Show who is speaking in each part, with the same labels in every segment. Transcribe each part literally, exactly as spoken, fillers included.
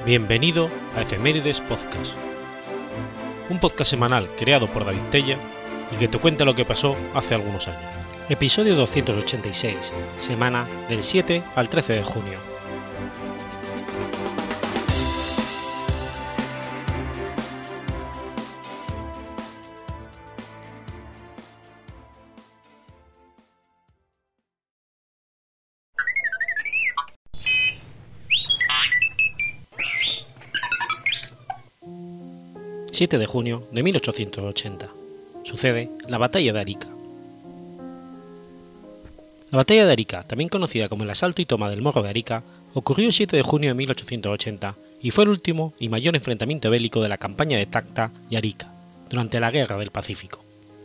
Speaker 1: Bienvenido a Efemérides Podcast, un podcast semanal creado por David Tella y que te cuenta lo que pasó hace algunos años. Episodio doscientos ochenta y seis, semana del siete al trece de junio. siete de junio de mil ochocientos ochenta. Sucede la Batalla de Arica. La Batalla de Arica, también conocida como el asalto y toma del Morro de Arica, ocurrió el siete de junio de mil ochocientos ochenta y fue el último y mayor enfrentamiento bélico de la campaña de Tacna y Arica durante la Guerra del Pacífico.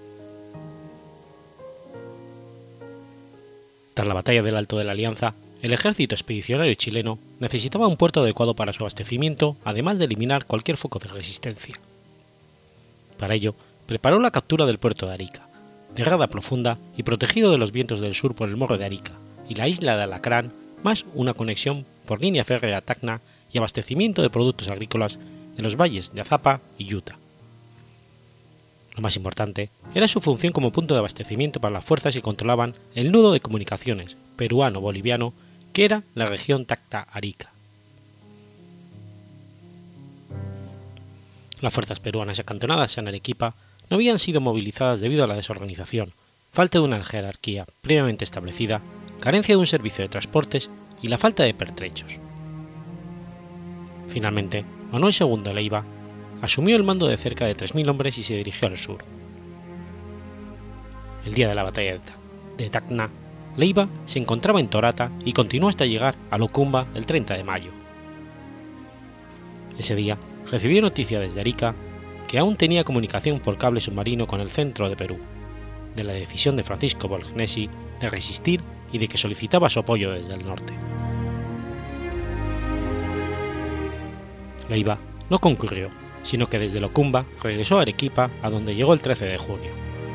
Speaker 1: Tras la Batalla del Alto de la Alianza, el ejército expedicionario chileno necesitaba un puerto adecuado para su abastecimiento, además de eliminar cualquier foco de resistencia. Para ello, preparó la captura del puerto de Arica, cerrada profunda y protegido de los vientos del sur por el Morro de Arica y la isla de Alacrán, más una conexión por línea férrea a Tacna y abastecimiento de productos agrícolas de los valles de Azapa y Utah. Lo más importante era su función como punto de abastecimiento para las fuerzas que controlaban el nudo de comunicaciones peruano-boliviano que era la región Tacna-Arica. Las fuerzas peruanas acantonadas en Arequipa no habían sido movilizadas debido a la desorganización, falta de una jerarquía previamente establecida, carencia de un servicio de transportes y la falta de pertrechos. Finalmente, Manuel segundo Leiva asumió el mando de cerca de tres mil hombres y se dirigió al sur. El día de la batalla de Tacna, Leiva se encontraba en Torata y continuó hasta llegar a Locumba el treinta de mayo. Ese día recibió noticia desde Arica que aún tenía comunicación por cable submarino con el centro de Perú, de la decisión de Francisco Bolognesi de resistir y de que solicitaba su apoyo desde el norte. Leiva no concurrió, sino que desde Locumba regresó a Arequipa, a donde llegó el trece de junio.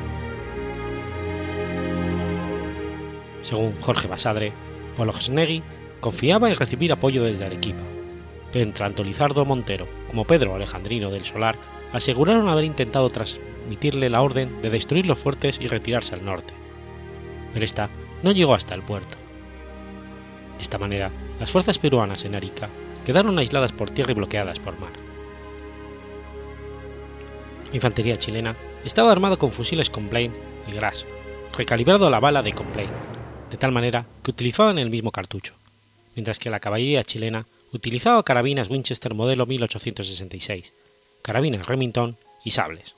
Speaker 1: Según Jorge Basadre, Bolognesi confiaba en recibir apoyo desde Arequipa, pero tanto Lizardo Montero como Pedro Alejandrino del Solar aseguraron haber intentado transmitirle la orden de destruir los fuertes y retirarse al norte, pero esta no llegó hasta el puerto. De esta manera, las fuerzas peruanas en Arica quedaron aisladas por tierra y bloqueadas por mar. La infantería chilena estaba armada con fusiles Complaint y Gras, recalibrado a la bala de Complaint, de tal manera que utilizaban el mismo cartucho, mientras que la caballería chilena utilizaba carabinas Winchester modelo mil ochocientos sesenta y seis, carabinas Remington y sables.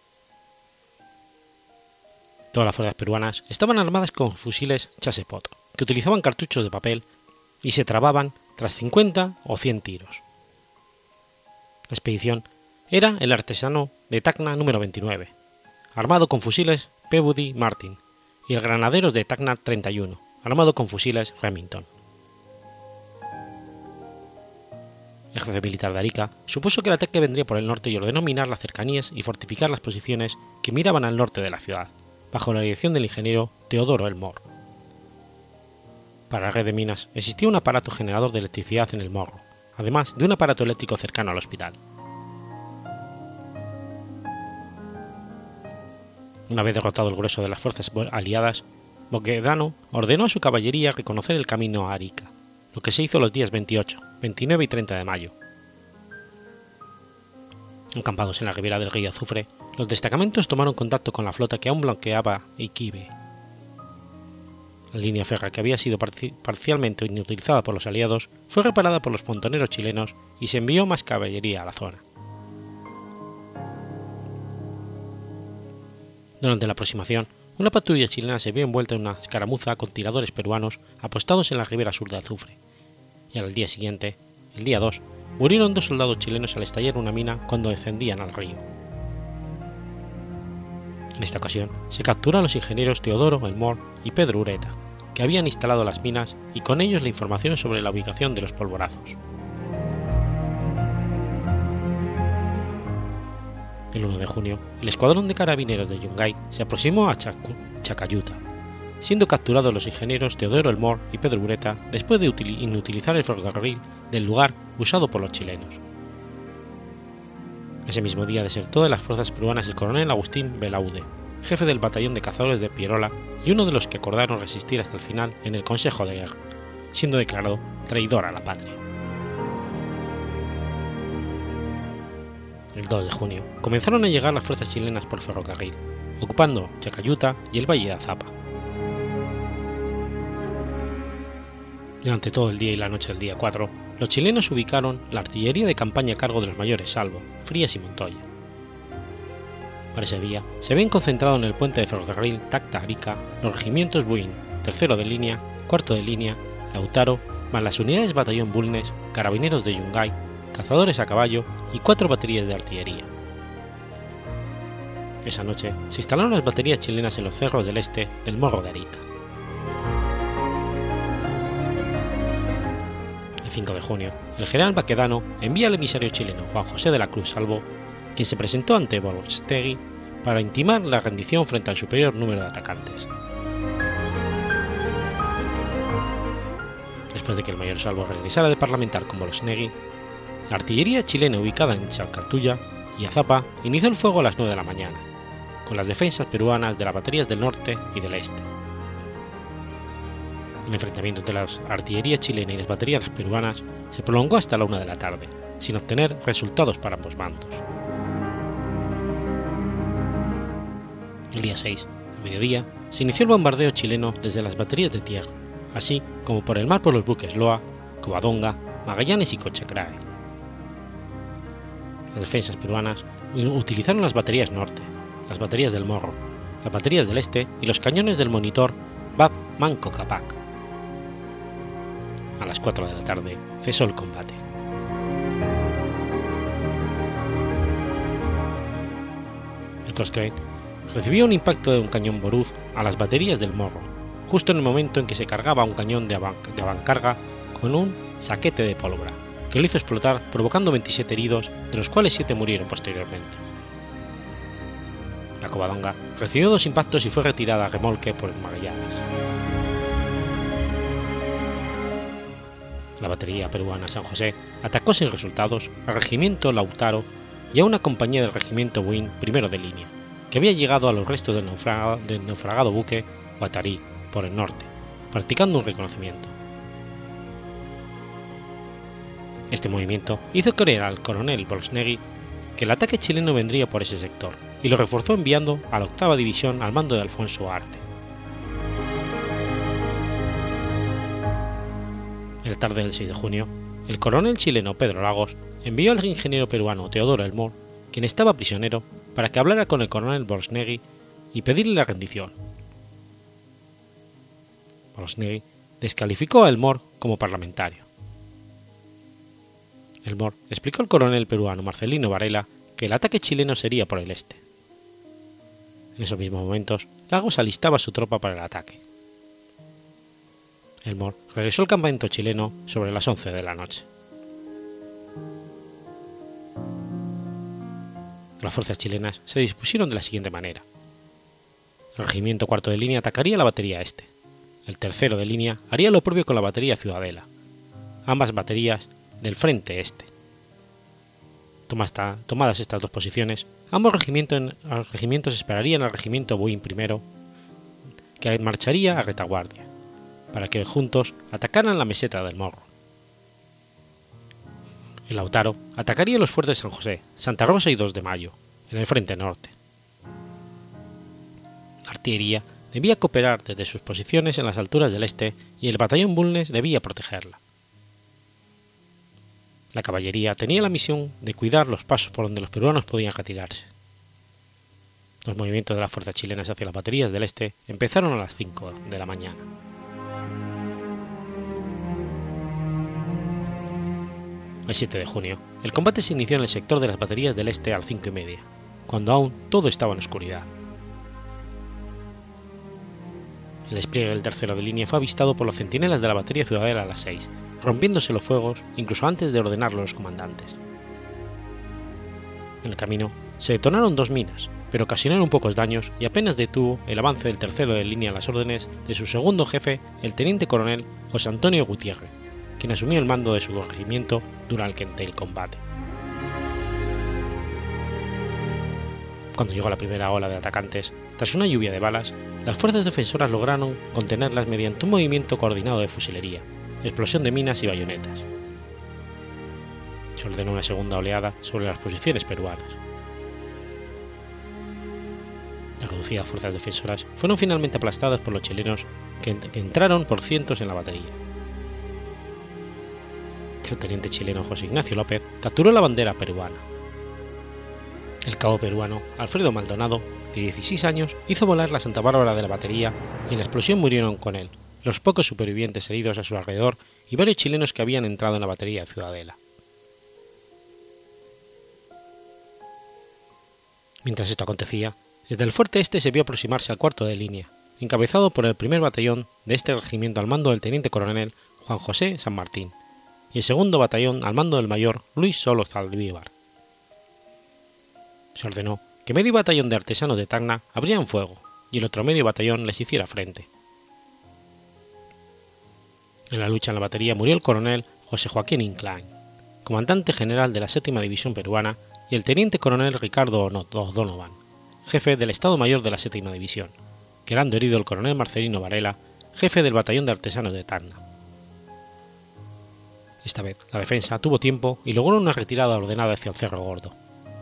Speaker 1: Todas las fuerzas peruanas estaban armadas con fusiles Chassepot, que utilizaban cartuchos de papel y se trababan tras cincuenta o cien tiros. La expedición era el artesano de Tacna número veintinueve, armado con fusiles Peabody Martin, y el granaderos de Tacna treinta y uno, armado con fusiles Remington. El jefe militar de Arica supuso que el ataque vendría por el norte y ordenó minar las cercanías y fortificar las posiciones que miraban al norte de la ciudad, bajo la dirección del ingeniero Teodoro Elmore. Para la red de minas existía un aparato generador de electricidad en el morro, además de un aparato eléctrico cercano al hospital. Una vez derrotado el grueso de las fuerzas aliadas, Baquedano ordenó a su caballería reconocer el camino a Arica, lo que se hizo los días veintiocho, veintinueve y treinta de mayo. Encampados en la ribera del río Azufre, los destacamentos tomaron contacto con la flota que aún bloqueaba Iquibe. La línea férrea, que había sido parci- parcialmente inutilizada por los aliados, fue reparada por los pontoneros chilenos y se envió más caballería a la zona. Durante la aproximación, una patrulla chilena se vio envuelta en una escaramuza con tiradores peruanos apostados en la ribera sur de Azufre, y al día siguiente, el día dos, murieron dos soldados chilenos al estallar una mina cuando descendían al río. En esta ocasión, se capturaron a los ingenieros Teodoro Elmore y Pedro Ureta, que habían instalado las minas y con ellos la información sobre la ubicación de los polvorazos. El uno de junio, el escuadrón de carabineros de Yungay se aproximó a Chacu- Chacayuta, siendo capturados los ingenieros Teodoro Elmore y Pedro Ureta después de inutilizar el ferrocarril del lugar usado por los chilenos. Ese mismo día desertó de las fuerzas peruanas el coronel Agustín Belaude, jefe del batallón de cazadores de Pierola y uno de los que acordaron resistir hasta el final en el Consejo de Guerra, siendo declarado traidor a la patria. El dos de junio comenzaron a llegar las fuerzas chilenas por ferrocarril, ocupando Chacayuta y el Valle de Azapa. Durante todo el día y la noche del día cuatro, los chilenos ubicaron la artillería de campaña a cargo de los mayores Salvo, Frías y Montoya. Para ese día se habían concentrado en el puente de ferrocarril Tacna-Arica los regimientos Buin, tercero de línea, cuarto de línea, Lautaro, más las unidades Batallón Bulnes, Carabineros de Yungay, cazadores a caballo y cuatro baterías de artillería. Esa noche se instalaron las baterías chilenas en los cerros del este del Morro de Arica. El cinco de junio, el general Baquedano envía al emisario chileno Juan José de la Cruz Salvo, quien se presentó ante Bolstegui para intimar la rendición frente al superior número de atacantes. Después de que el mayor Salvo regresara de parlamentar con Bolstegui, la artillería chilena ubicada en Chalcatuya y Azapa inició el fuego a las nueve de la mañana, con las defensas peruanas de las baterías del norte y del este. El enfrentamiento entre las artillerías chilenas y las baterías peruanas se prolongó hasta la una de la tarde, sin obtener resultados para ambos bandos. El día seis, a mediodía, se inició el bombardeo chileno desde las baterías de tierra, así como por el mar por los buques Loa, Covadonga, Magallanes y Cochecrae. Las defensas peruanas utilizaron las baterías norte, las baterías del Morro, las baterías del este y los cañones del monitor Bab Manco Capac. A las cuatro de la tarde cesó el combate. El Cochrane recibió un impacto de un cañón Boruz a las baterías del Morro, justo en el momento en que se cargaba un cañón de, avan de avancarga con un saquete de pólvora, que lo hizo explotar provocando veintisiete heridos, de los cuales siete murieron posteriormente. La Covadonga recibió dos impactos y fue retirada a remolque por el Magallanes. La batería peruana San José atacó sin resultados al regimiento Lautaro y a una compañía del regimiento Buin primero de línea, que había llegado a los restos del naufragado, del naufragado buque Guatarí por el norte, practicando un reconocimiento. Este movimiento hizo creer al coronel Bolstegui que el ataque chileno vendría por ese sector y lo reforzó enviando a la octava división al mando de Alfonso Arte. En la tarde del seis de junio, el coronel chileno Pedro Lagos envió al ingeniero peruano Teodoro Elmore, quien estaba prisionero, para que hablara con el coronel Bolstegui y pedirle la rendición. Bolstegui descalificó a Elmore como parlamentario. Elmore explicó al coronel peruano Marcelino Varela que el ataque chileno sería por el este. En esos mismos momentos, Lagos alistaba su tropa para el ataque. Elmore regresó al campamento chileno sobre las once de la noche. Las fuerzas chilenas se dispusieron de la siguiente manera. El regimiento cuarto de línea atacaría la batería este. El tercero de línea haría lo propio con la batería Ciudadela, ambas baterías del frente este. Tomadas estas dos posiciones, ambos regimientos, regimientos esperarían al regimiento Buin primero, que marcharía a retaguardia, para que juntos atacaran la meseta del Morro. El Lautaro atacaría los fuertes San José, Santa Rosa y dos de Mayo, en el frente norte. La artillería debía cooperar desde sus posiciones en las alturas del este y el batallón Bulnes debía protegerla. La caballería tenía la misión de cuidar los pasos por donde los peruanos podían retirarse. Los movimientos de las fuerzas chilenas hacia las baterías del este empezaron a las cinco de la mañana. El siete de junio, el combate se inició en el sector de las baterías del este a las cinco y media, cuando aún todo estaba en oscuridad. El despliegue del tercero de línea fue avistado por los centinelas de la batería Ciudadela a las seis, rompiéndose los fuegos incluso antes de ordenarlo a los comandantes. En el camino se detonaron dos minas, pero ocasionaron pocos daños y apenas detuvo el avance del tercero de línea a las órdenes de su segundo jefe, el teniente coronel José Antonio Gutiérrez, quien asumió el mando de su regimiento durante el combate. Cuando llegó la primera ola de atacantes, tras una lluvia de balas, las fuerzas defensoras lograron contenerlas mediante un movimiento coordinado de fusilería, explosión de minas y bayonetas. Se ordenó una segunda oleada sobre las posiciones peruanas. Las reducidas fuerzas defensoras fueron finalmente aplastadas por los chilenos, que, que entraron por cientos en la batería. El subteniente chileno José Ignacio López capturó la bandera peruana. El cabo peruano Alfredo Maldonado, de dieciséis años, hizo volar la Santa Bárbara de la batería y en la explosión murieron con él los pocos supervivientes heridos a su alrededor y varios chilenos que habían entrado en la batería de Ciudadela. Mientras esto acontecía, desde el fuerte este se vio aproximarse al cuarto de línea, encabezado por el primer batallón de este regimiento al mando del teniente coronel Juan José San Martín, y el segundo batallón al mando del mayor Luis Solo Zaldívar. Se ordenó que medio batallón de artesanos de Tacna abrieran fuego y el otro medio batallón les hiciera frente. En la lucha en la batería murió el coronel José Joaquín Inclán, comandante general de la séptima división peruana, y el teniente coronel Ricardo O'Donovan, jefe del Estado Mayor de la séptima división, quedando herido el coronel Marcelino Varela, jefe del batallón de artesanos de Tacna. Esta vez la defensa tuvo tiempo y logró una retirada ordenada hacia el Cerro Gordo.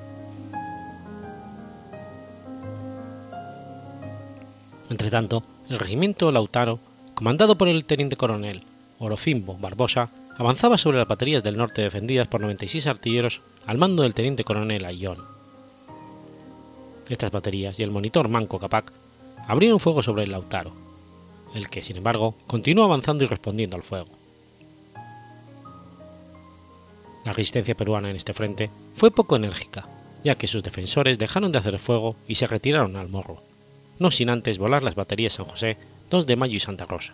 Speaker 1: Entretanto, el regimiento Lautaro, comandado por el teniente coronel Orocimbo Barbosa, avanzaba sobre las baterías del norte defendidas por noventa y seis artilleros al mando del teniente coronel Ayllón. Estas baterías y el monitor Manco Cápac abrieron fuego sobre el Lautaro, el que, sin embargo, continuó avanzando y respondiendo al fuego. La resistencia peruana en este frente fue poco enérgica, ya que sus defensores dejaron de hacer fuego y se retiraron al Morro, no sin antes volar las baterías San José, dos de Mayo y Santa Rosa.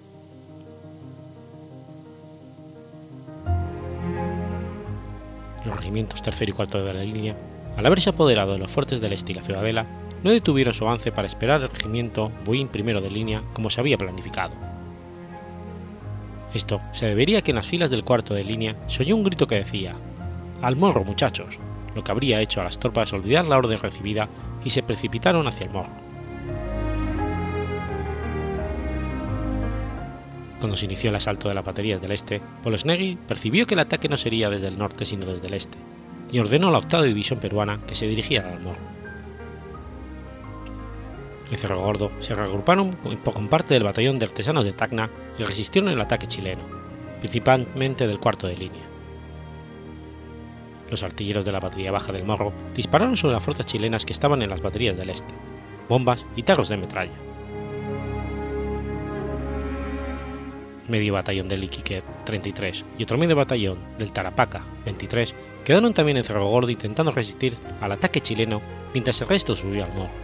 Speaker 1: Los regimientos tercero y cuarto de la línea, al haberse apoderado de los fuertes del este y la Ciudadela, no detuvieron su avance para esperar al regimiento Buin primero de línea como se había planificado. Esto se debería a que en las filas del cuarto de línea se oyó un grito que decía «¡Al Morro, muchachos!», lo que habría hecho a las tropas olvidar la orden recibida y se precipitaron hacia el Morro. Cuando se inició el asalto de las baterías del este, Polosnegui percibió que el ataque no sería desde el norte sino desde el este, y ordenó a la octava división peruana que se dirigiera al Morro. En Cerro Gordo se reagruparon con parte del batallón de artesanos de Tacna y resistieron el ataque chileno, principalmente del cuarto de línea. Los artilleros de la batería baja del Morro dispararon sobre las fuerzas chilenas que estaban en las baterías del este, bombas y tarros de metralla. Medio batallón del Iquique treinta y tres y otro medio batallón del Tarapaca veintitrés quedaron también en Cerro Gordo intentando resistir al ataque chileno mientras el resto subió al Morro.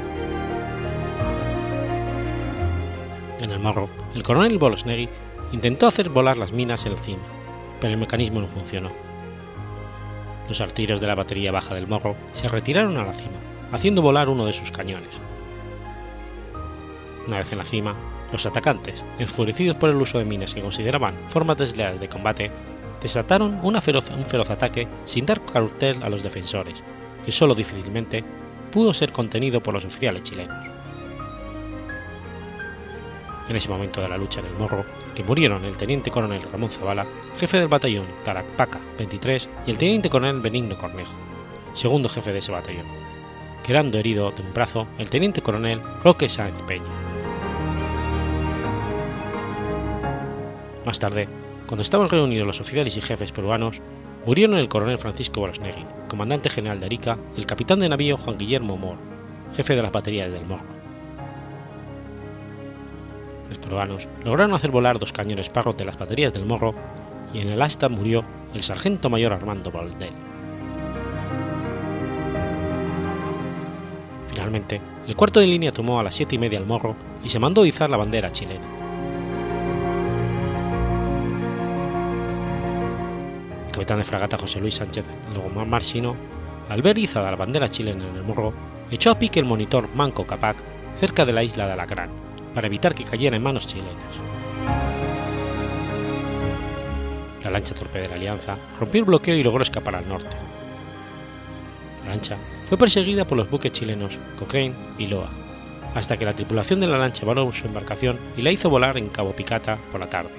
Speaker 1: En el Morro, el coronel Polosnegui intentó hacer volar las minas en la cima, pero el mecanismo no funcionó. Los artilleros de la batería baja del Morro se retiraron a la cima, haciendo volar uno de sus cañones. Una vez en la cima, los atacantes, enfurecidos por el uso de minas que consideraban formas desleales de combate, desataron una feroz, un feroz ataque sin dar cartel a los defensores, que solo difícilmente pudo ser contenido por los oficiales chilenos. En ese momento de la lucha en el Morro, que murieron el teniente coronel Ramón Zavala, jefe del batallón Tarapaca veintitrés, y el teniente coronel Benigno Cornejo, segundo jefe de ese batallón, quedando herido de un brazo el teniente coronel Roque Sáenz Peña. Más tarde, cuando estaban reunidos los oficiales y jefes peruanos, murieron el coronel Francisco Polosnegui, comandante general de Arica, y el capitán de navío Juan Guillermo Mor, jefe de las baterías del Morro. Los peruanos lograron hacer volar dos cañones Parrot de las baterías del Morro, y en el asta murió el sargento mayor Armando Boldel. Finalmente, el cuarto de línea tomó a las siete y media el Morro y se mandó izar la bandera chilena. El capitán de fragata José Luis Sánchez Logomar Marsino, al ver izada la bandera chilena en el Morro, echó a pique el monitor Manco Cápac cerca de la isla de Alacrán, para evitar que cayera en manos chilenas. La lancha torpe de la Alianza rompió el bloqueo y logró escapar al norte. La lancha fue perseguida por los buques chilenos Cochrane y Loa, hasta que la tripulación de la lancha varó su embarcación y la hizo volar en Cabo Picata por la tarde.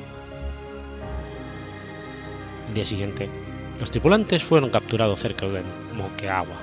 Speaker 1: El día siguiente, los tripulantes fueron capturados cerca de Moquegua.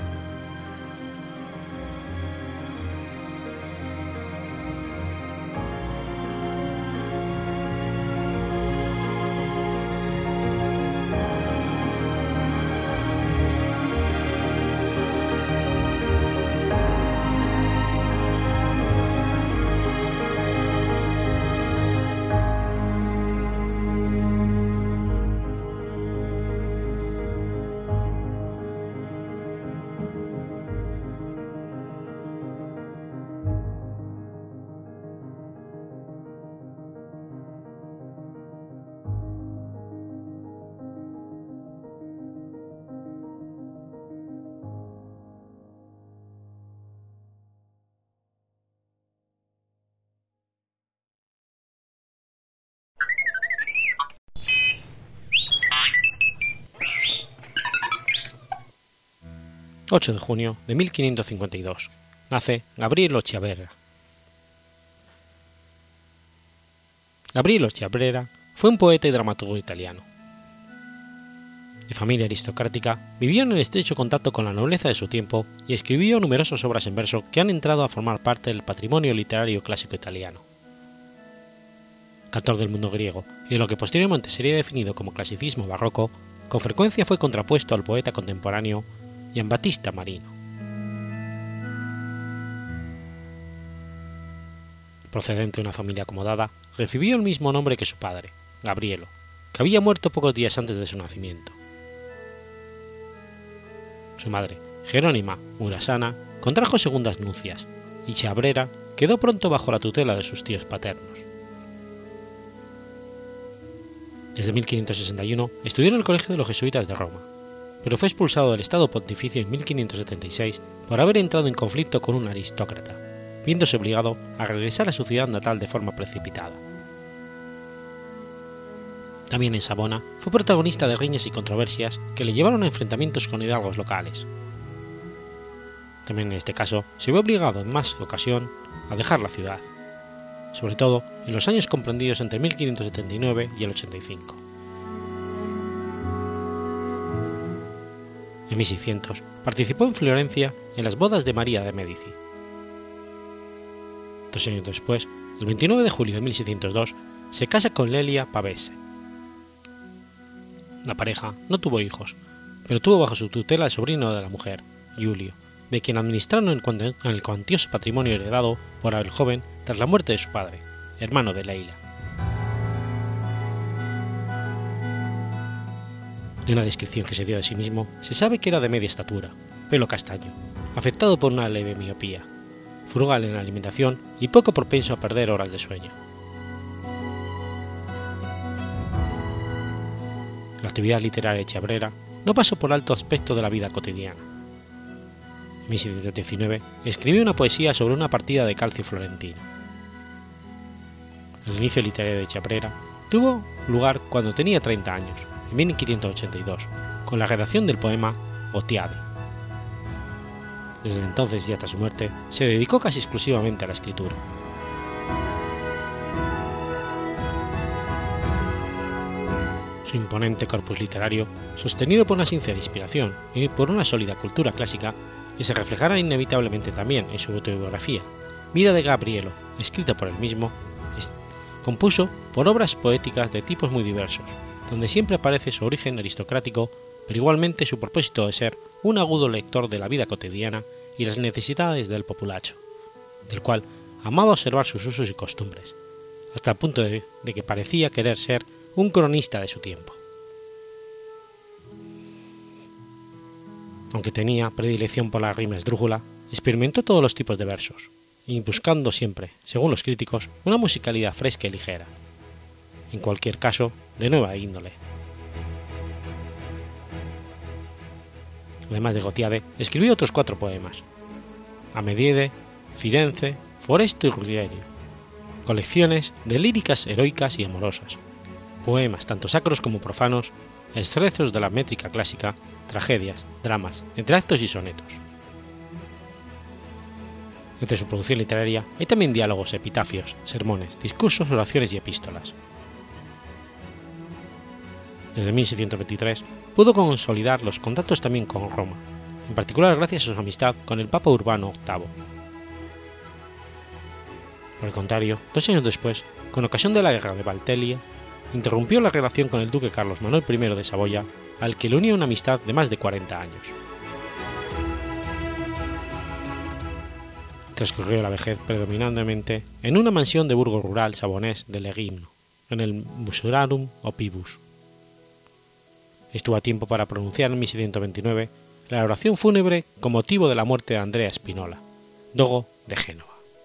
Speaker 1: ocho de junio de mil quinientos cincuenta y dos. Nace Gabrielo Chiabrera. Gabrielo Chiabrera fue un poeta y dramaturgo italiano. De familia aristocrática, vivió en el estrecho contacto con la nobleza de su tiempo y escribió numerosas obras en verso que han entrado a formar parte del patrimonio literario clásico italiano. Cantor del mundo griego y de lo que posteriormente sería definido como clasicismo barroco, con frecuencia fue contrapuesto al poeta contemporáneo Giambattista Marino. Procedente de una familia acomodada, recibió el mismo nombre que su padre, Gabrielo, que había muerto pocos días antes de su nacimiento. Su madre, Jerónima Murasana, contrajo segundas nupcias, y Chiabrera quedó pronto bajo la tutela de sus tíos paternos. Desde mil quinientos sesenta y uno estudió en el Colegio de los Jesuitas de Roma, pero fue expulsado del Estado Pontificio en mil quinientos setenta y seis por haber entrado en conflicto con un aristócrata, viéndose obligado a regresar a su ciudad natal de forma precipitada. También en Savona fue protagonista de riñas y controversias que le llevaron a enfrentamientos con hidalgos locales. También en este caso se vio obligado en más ocasión a dejar la ciudad, sobre todo en los años comprendidos entre mil quinientos setenta y nueve y el ochenta y cinco. En mil seiscientos participó en Florencia en las bodas de María de Medici. Dos años después, el veintinueve de julio de mil seiscientos dos, se casa con Lelia Pavese. La pareja no tuvo hijos, pero tuvo bajo su tutela el sobrino de la mujer, Giulio, de quien administraron el cuantioso patrimonio heredado por el joven tras la muerte de su padre, hermano de Leila. De una descripción que se dio de sí mismo, se sabe que era de media estatura, pelo castaño, afectado por una leve miopía, frugal en la alimentación y poco propenso a perder horas de sueño. La actividad literaria de Chiabrera no pasó por alto aspecto de la vida cotidiana. En mil seiscientos diecinueve escribió una poesía sobre una partida de calcio florentino. El inicio literario de Chiabrera tuvo lugar cuando tenía treinta años, en mil quinientos ochenta y dos, con la redacción del poema Gotiade. Desde entonces y hasta su muerte se dedicó casi exclusivamente a la escritura. Su imponente corpus literario, sostenido por una sincera inspiración y por una sólida cultura clásica, que se reflejará inevitablemente también en su autobiografía, Vida de Gabrielo, escrita por él mismo, compuso por obras poéticas de tipos muy diversos, donde siempre aparece su origen aristocrático, pero igualmente su propósito de ser un agudo lector de la vida cotidiana y las necesidades del populacho, del cual amaba observar sus usos y costumbres, hasta el punto de, de que parecía querer ser un cronista de su tiempo. Aunque tenía predilección por la rima esdrújula, experimentó todos los tipos de versos, y buscando siempre, según los críticos, una musicalidad fresca y ligera, en cualquier caso, de nueva índole. Además de Gotiade, escribió otros cuatro poemas: Amediede, Firenze, Foresto y Ruggiero, colecciones de líricas heroicas y amorosas, poemas tanto sacros como profanos, extractos de la métrica clásica, tragedias, dramas, entre actos y sonetos. Entre su producción literaria hay también diálogos, epitafios, sermones, discursos, oraciones y epístolas. Desde mil seiscientos veintitrés pudo consolidar los contactos también con Roma, en particular gracias a su amistad con el Papa Urbano octavo. Por el contrario, dos años después, con ocasión de la guerra de Valtelia, interrumpió la relación con el duque Carlos Manuel I de Saboya, al que le unía una amistad de más de cuarenta años. Transcurrió la vejez predominantemente en una mansión de burgo rural sabonés de Legimno, en el Musurarum Opibus. Estuvo a tiempo para pronunciar en mil seiscientos veintinueve la oración fúnebre con motivo de la muerte de Andrea Spinola, dogo de Génova.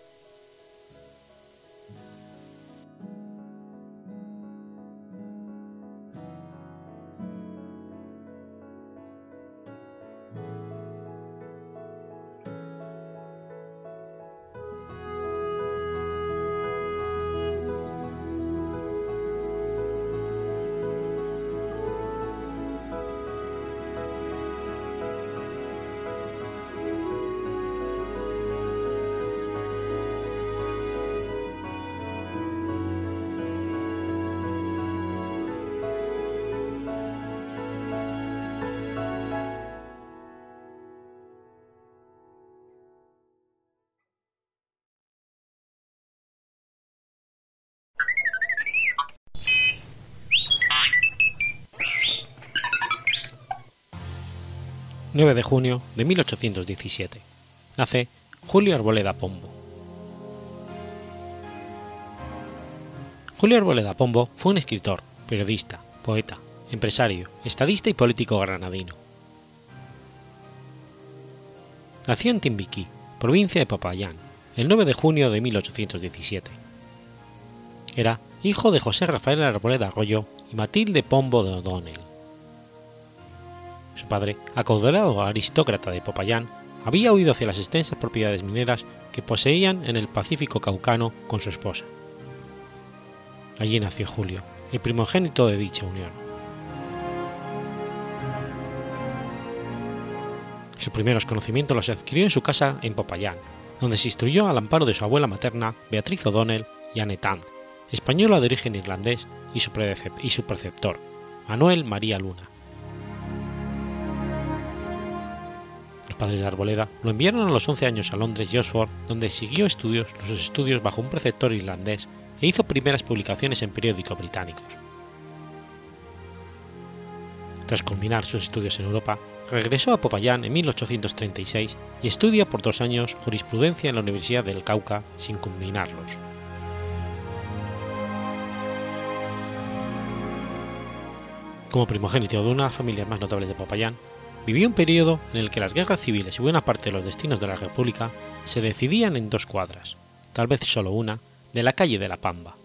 Speaker 1: nueve de junio de mil ochocientos diecisiete. Nace Julio Arboleda Pombo. Julio Arboleda Pombo fue un escritor, periodista, poeta, empresario, estadista y político granadino. Nació en Timbiquí, provincia de Popayán, el nueve de junio de mil ochocientos diecisiete. Era hijo de José Rafael Arboleda Arroyo y Matilde Pombo de O'Donnell. Su padre, acaudalado aristócrata de Popayán, había huido hacia las extensas propiedades mineras que poseían en el Pacífico caucano con su esposa. Allí nació Julio, el primogénito de dicha unión. Sus primeros conocimientos los adquirió en su casa en Popayán, donde se instruyó al amparo de su abuela materna, Beatriz O'Donnell y Anne Tant, española de origen irlandés, y su, y su preceptor, Manuel María Luna. Los padres de Arboleda lo enviaron a los once años a Londres y Oxford, donde siguió estudios, sus estudios bajo un preceptor irlandés e hizo primeras publicaciones en periódicos británicos. Tras culminar sus estudios en Europa, regresó a Popayán en mil ochocientos treinta y seis y estudia por dos años jurisprudencia en la Universidad del Cauca sin culminarlos. Como primogénito de una de las familias más notables de Popayán, vivió un periodo en el que las guerras civiles y buena parte de los destinos de la República se decidían en dos cuadras, tal vez solo una, de la calle de la Pamba.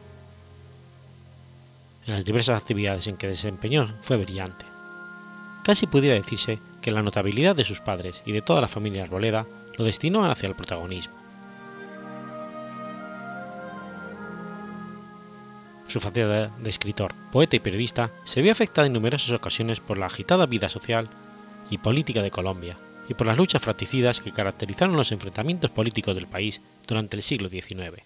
Speaker 1: En las diversas actividades en que desempeñó fue brillante. Casi pudiera decirse que la notabilidad de sus padres y de toda la familia Arboleda lo destinó hacia el protagonismo. Su faceta de escritor, poeta y periodista se vio afectada en numerosas ocasiones por la agitada vida social y política de Colombia y por las luchas fratricidas que caracterizaron los enfrentamientos políticos del país durante el siglo diecinueve.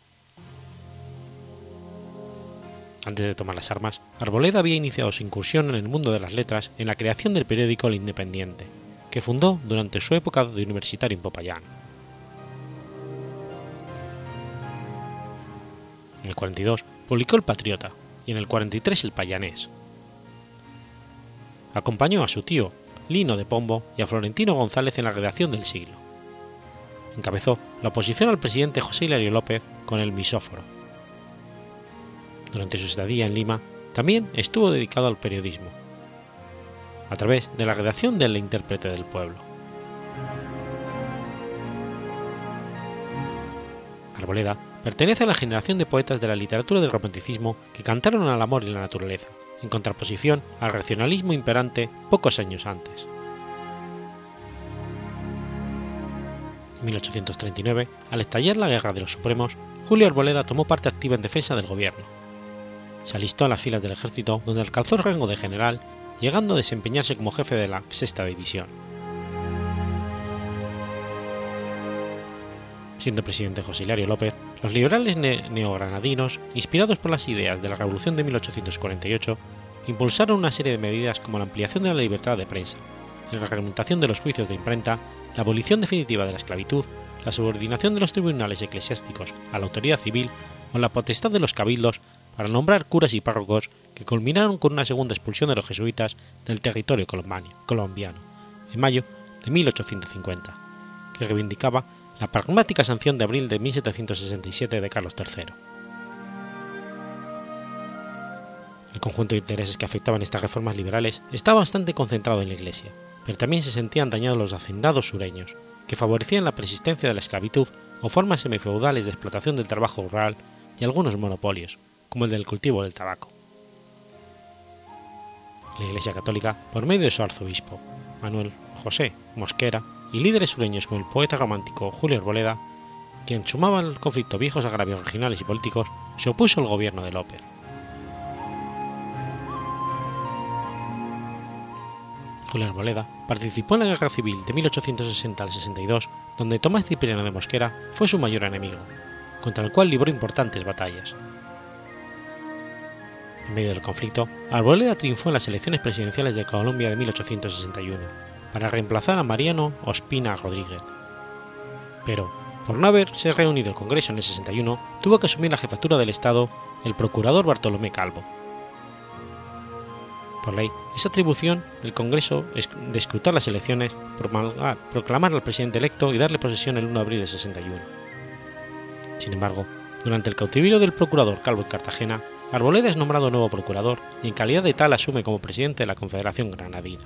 Speaker 1: Antes de tomar las armas, Arboleda había iniciado su incursión en el mundo de las letras en la creación del periódico El Independiente, que fundó durante su época de universitario en Popayán. En el cuarenta y dos publicó El Patriota y en el cuarenta y tres El Payanés. Acompañó a su tío Lino de Pombo y a Florentino González en la redacción del Siglo. Encabezó la oposición al presidente José Hilario López con El Misóforo. Durante su estadía en Lima, también estuvo dedicado al periodismo, a través de la redacción de El Intérprete del Pueblo. Arboleda pertenece a la generación de poetas de la literatura del romanticismo que cantaron al amor y la naturaleza, en contraposición al racionalismo imperante pocos años antes. En mil ochocientos treinta y nueve, al estallar la Guerra de los Supremos, Julio Arboleda tomó parte activa en defensa del gobierno. Se alistó en las filas del ejército, donde alcanzó el rango de general, llegando a desempeñarse como jefe de la sexta división. Siendo presidente José Hilario López, los liberales ne neogranadinos, inspirados por las ideas de la Revolución de mil ochocientos cuarenta y ocho, impulsaron una serie de medidas como la ampliación de la libertad de prensa, la reglamentación de los juicios de imprenta, la abolición definitiva de la esclavitud, la subordinación de los tribunales eclesiásticos a la autoridad civil o la potestad de los cabildos para nombrar curas y párrocos, que culminaron con una segunda expulsión de los jesuitas del territorio colombiano, en mayo de mil ochocientos cincuenta, que reivindicaba la pragmática sanción de abril de mil setecientos sesenta y siete de Carlos tercero. El conjunto de intereses que afectaban estas reformas liberales estaba bastante concentrado en la Iglesia, pero también se sentían dañados los hacendados sureños, que favorecían la persistencia de la esclavitud o formas semifeudales de explotación del trabajo rural y algunos monopolios, como el del cultivo del tabaco. La Iglesia Católica, por medio de su arzobispo, Manuel José Mosquera, y líderes sureños como el poeta romántico Julio Arboleda, quien sumaba al conflicto viejos agravios regionales y políticos, se opuso al gobierno de López. Julio Arboleda participó en la Guerra Civil de mil ochocientos sesenta al sesenta y dos, donde Tomás Cipriano de Mosquera fue su mayor enemigo, contra el cual libró importantes batallas. En medio del conflicto, Arboleda triunfó en las elecciones presidenciales de Colombia de mil ochocientos sesenta y uno, para reemplazar a Mariano Ospina Rodríguez. Pero, por no haberse reunido el Congreso en el sesenta y uno, tuvo que asumir la jefatura del Estado el procurador Bartolomé Calvo. Por ley, es atribución del Congreso de escrutar las elecciones, proclamar al presidente electo y darle posesión el uno de abril de sesenta y uno. Sin embargo, durante el cautiverio del procurador Calvo en Cartagena, Arboleda es nombrado nuevo procurador y en calidad de tal asume como presidente de la Confederación Granadina.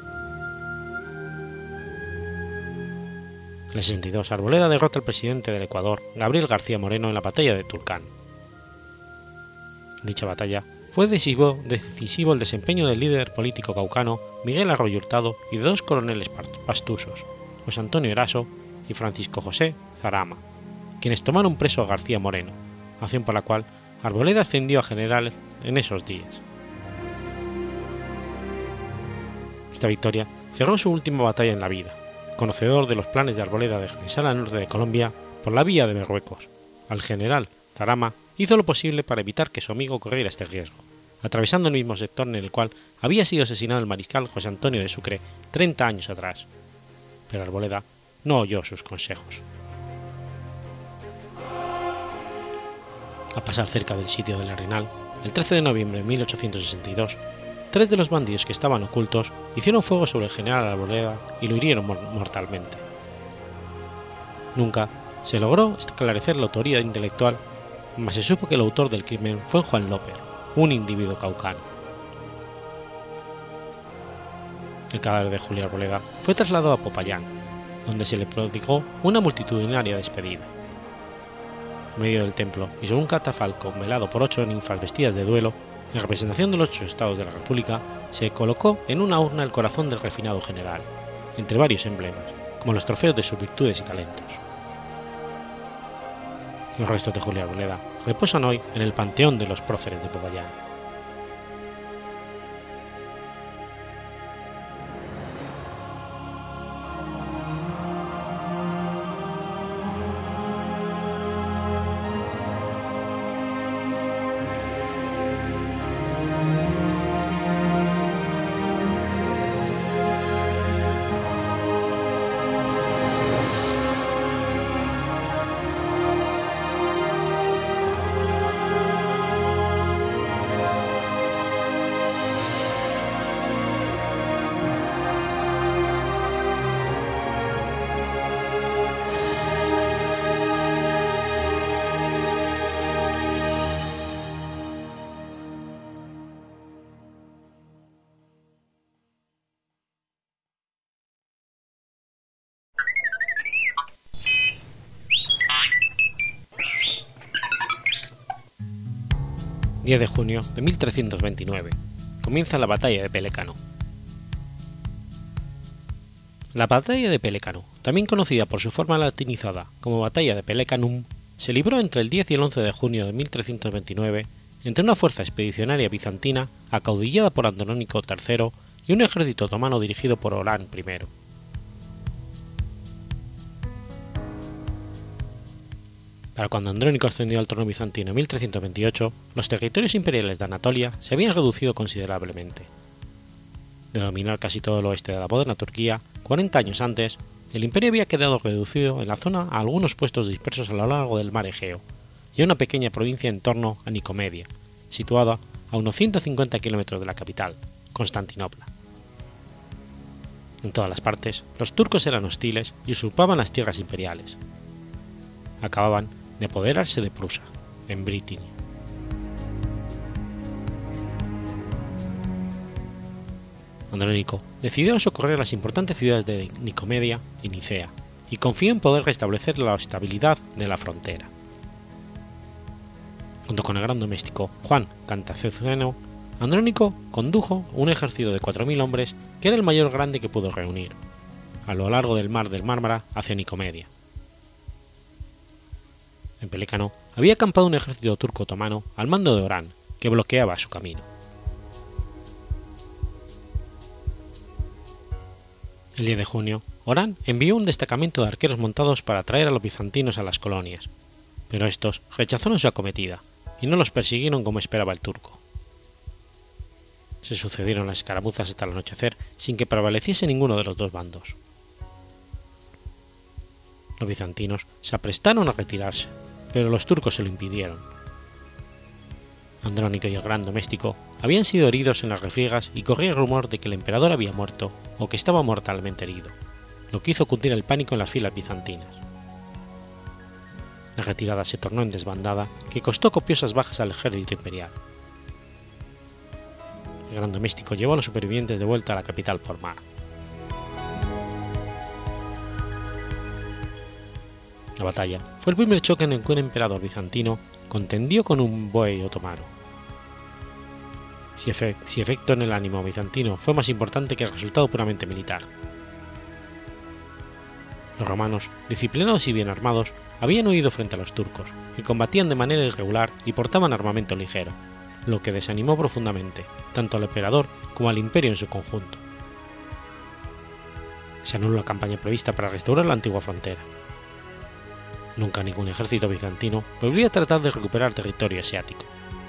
Speaker 1: En el sesenta y dos, Arboleda derrota al presidente del Ecuador, Gabriel García Moreno, en la batalla de Tulcán. En dicha batalla fue decisivo, decisivo el desempeño del líder político caucano Miguel Arroyo Hurtado y de dos coroneles pastusos, José Antonio Eraso y Francisco José Zarama, quienes tomaron preso a García Moreno, acción por la cual Arboleda ascendió a general en esos días. Esta victoria cerró su última batalla en la vida. Conocedor de los planes de Arboleda de regresar al norte de Colombia por la vía de Marruecos, al general Zarama hizo lo posible para evitar que su amigo corriera este riesgo, atravesando el mismo sector en el cual había sido asesinado el mariscal José Antonio de Sucre treinta años atrás, pero Arboleda no oyó sus consejos. Al pasar cerca del sitio del Arenal, el trece de noviembre de mil ochocientos sesenta y dos, tres de los bandidos que estaban ocultos hicieron fuego sobre el general Arboleda y lo hirieron mortalmente. Nunca se logró esclarecer la autoría intelectual, mas se supo que el autor del crimen fue Juan López, un individuo caucano. El cadáver de Julio Arboleda fue trasladado a Popayán, donde se le prodigó una multitudinaria despedida. En medio del templo y sobre un catafalco velado por ocho ninfas vestidas de duelo, en representación de los ocho estados de la República, se colocó en una urna el corazón del refinado general, entre varios emblemas, como los trofeos de sus virtudes y talentos. Los restos de Julio Arboleda reposan hoy en el Panteón de los Próceres de Popayán. diez de junio de mil trescientos veintinueve. Comienza la batalla de Pelécano. La batalla de Pelécano, también conocida por su forma latinizada como batalla de Pelecanum, se libró entre el diez y el once de junio de mil trescientos veintinueve entre una fuerza expedicionaria bizantina acaudillada por Andrónico tercero y un ejército otomano dirigido por Orán primero. Para cuando Andrónico ascendió al trono bizantino en mil trescientos veintiocho, los territorios imperiales de Anatolia se habían reducido considerablemente. De dominar casi todo el oeste de la moderna Turquía, cuarenta años antes, el imperio había quedado reducido en la zona a algunos puestos dispersos a lo largo del mar Egeo y a una pequeña provincia en torno a Nicomedia, situada a unos ciento cincuenta kilómetros de la capital, Constantinopla. En todas las partes, los turcos eran hostiles y usurpaban las tierras imperiales. Acababan de apoderarse de Prusa, en Britinia. Andrónico decidió socorrer las importantes ciudades de Nicomedia y Nicea, y confió en poder restablecer la estabilidad de la frontera. Junto con el gran doméstico Juan Cantacuzeno, Andrónico condujo un ejército de cuatro mil hombres, que era el mayor grande que pudo reunir, a lo largo del mar del Mármara hacia Nicomedia. En Pelécano había acampado un ejército turco otomano al mando de Orán, que bloqueaba su camino. El diez de junio, Orán envió un destacamento de arqueros montados para atraer a los bizantinos a las colonias, pero estos rechazaron su acometida y no los persiguieron como esperaba el turco. Se sucedieron las escaramuzas hasta el anochecer sin que prevaleciese ninguno de los dos bandos. Los bizantinos se aprestaron a retirarse, pero los turcos se lo impidieron. Andrónico y el gran doméstico habían sido heridos en las refriegas y corría el rumor de que el emperador había muerto o que estaba mortalmente herido, lo que hizo cundir el pánico en las filas bizantinas. La retirada se tornó en desbandada que costó copiosas bajas al ejército imperial. El gran doméstico llevó a los supervivientes de vuelta a la capital por mar. La batalla fue el primer choque en el que un emperador bizantino contendió con un buey otomano. Si, efe si efecto en el ánimo bizantino fue más importante que el resultado puramente militar. Los romanos, disciplinados y bien armados, habían huido frente a los turcos, que combatían de manera irregular y portaban armamento ligero, lo que desanimó profundamente tanto al emperador como al imperio en su conjunto. Se anuló la campaña prevista para restaurar la antigua frontera. Nunca ningún ejército bizantino volvió a tratar de recuperar territorio asiático.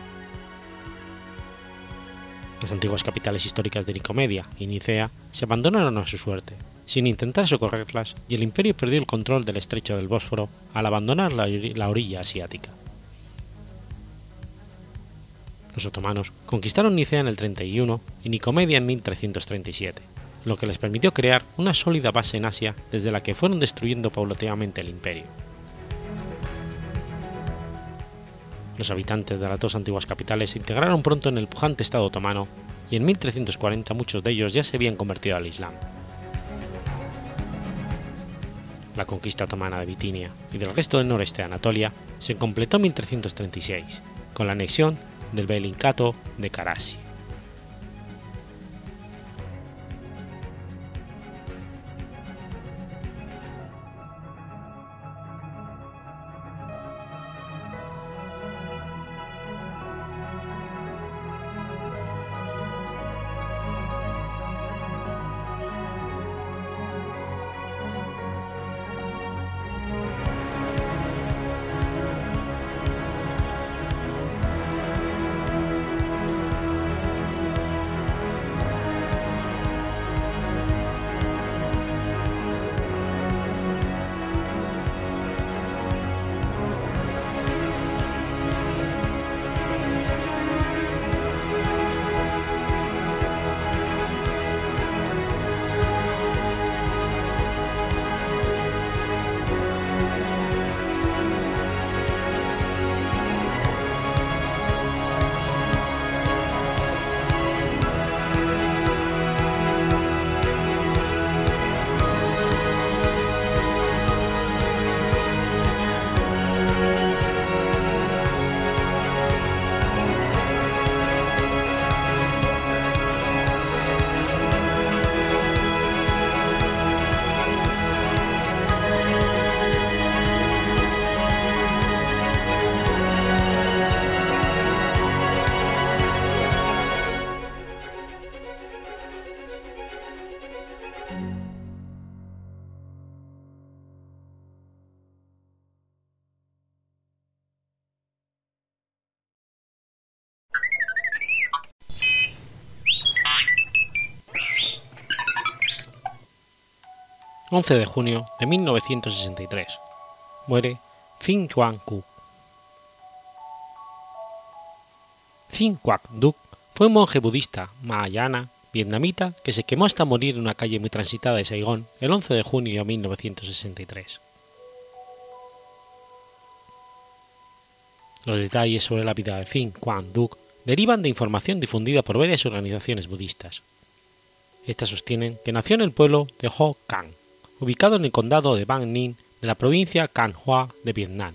Speaker 1: Las antiguas capitales históricas de Nicomedia y Nicea se abandonaron a su suerte, sin intentar socorrerlas, y el imperio perdió el control del estrecho del Bósforo al abandonar la, la orilla asiática. Los otomanos conquistaron Nicea en el treinta y uno y Nicomedia en mil trescientos treinta y siete, lo que les permitió crear una sólida base en Asia desde la que fueron destruyendo paulatinamente el imperio. Los habitantes de las dos antiguas capitales se integraron pronto en el pujante estado otomano y en mil trescientos cuarenta muchos de ellos ya se habían convertido al Islam. La conquista otomana de Bitinia y del resto del noreste de Anatolia se completó en mil trescientos treinta y seis, con la anexión del Belincato de Karasi. once de junio de mil novecientos sesenta y tres. Muere Thinh Quang Duc. Thinh Quang Duc fue un monje budista mahayana vietnamita que se quemó hasta morir en una calle muy transitada de Saigón el once de junio de mil novecientos sesenta y tres. Los detalles sobre la vida de Thinh Quang Duc derivan de información difundida por varias organizaciones budistas. Estas sostienen que nació en el pueblo de Ho Cang, ubicado en el condado de Ban Ninh de la provincia Can Hoa de Vietnam.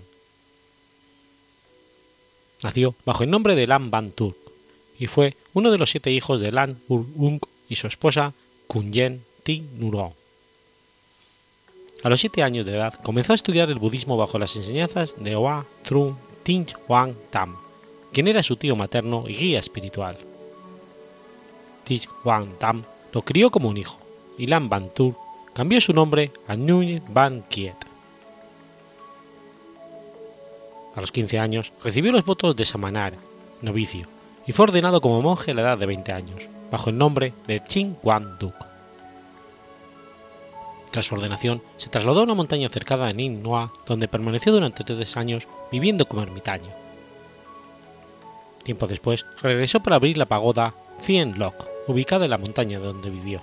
Speaker 1: Nació bajo el nombre de Lam Van Thuc y fue uno de los siete hijos de Lam Ur Ung y su esposa Kun Yen Thi Nuro. A los siete años de edad comenzó a estudiar el budismo bajo las enseñanzas de Hoa Trung Tinh Hoang Tam, quien era su tío materno y guía espiritual. Tinh Hoang Tam lo crió como un hijo, y Lam Van Thuc cambió su nombre a Nguyen Van Kiet. A los quince años recibió los votos de Samanera, novicio, y fue ordenado como monje a la edad de veinte años, bajo el nombre de Thinh Quang Duc. Tras su ordenación, se trasladó a una montaña cercana de Ninh Ngoa, donde permaneció durante tres años viviendo como ermitaño. Tiempo después, regresó para abrir la pagoda Thien Loc, ubicada en la montaña donde vivió.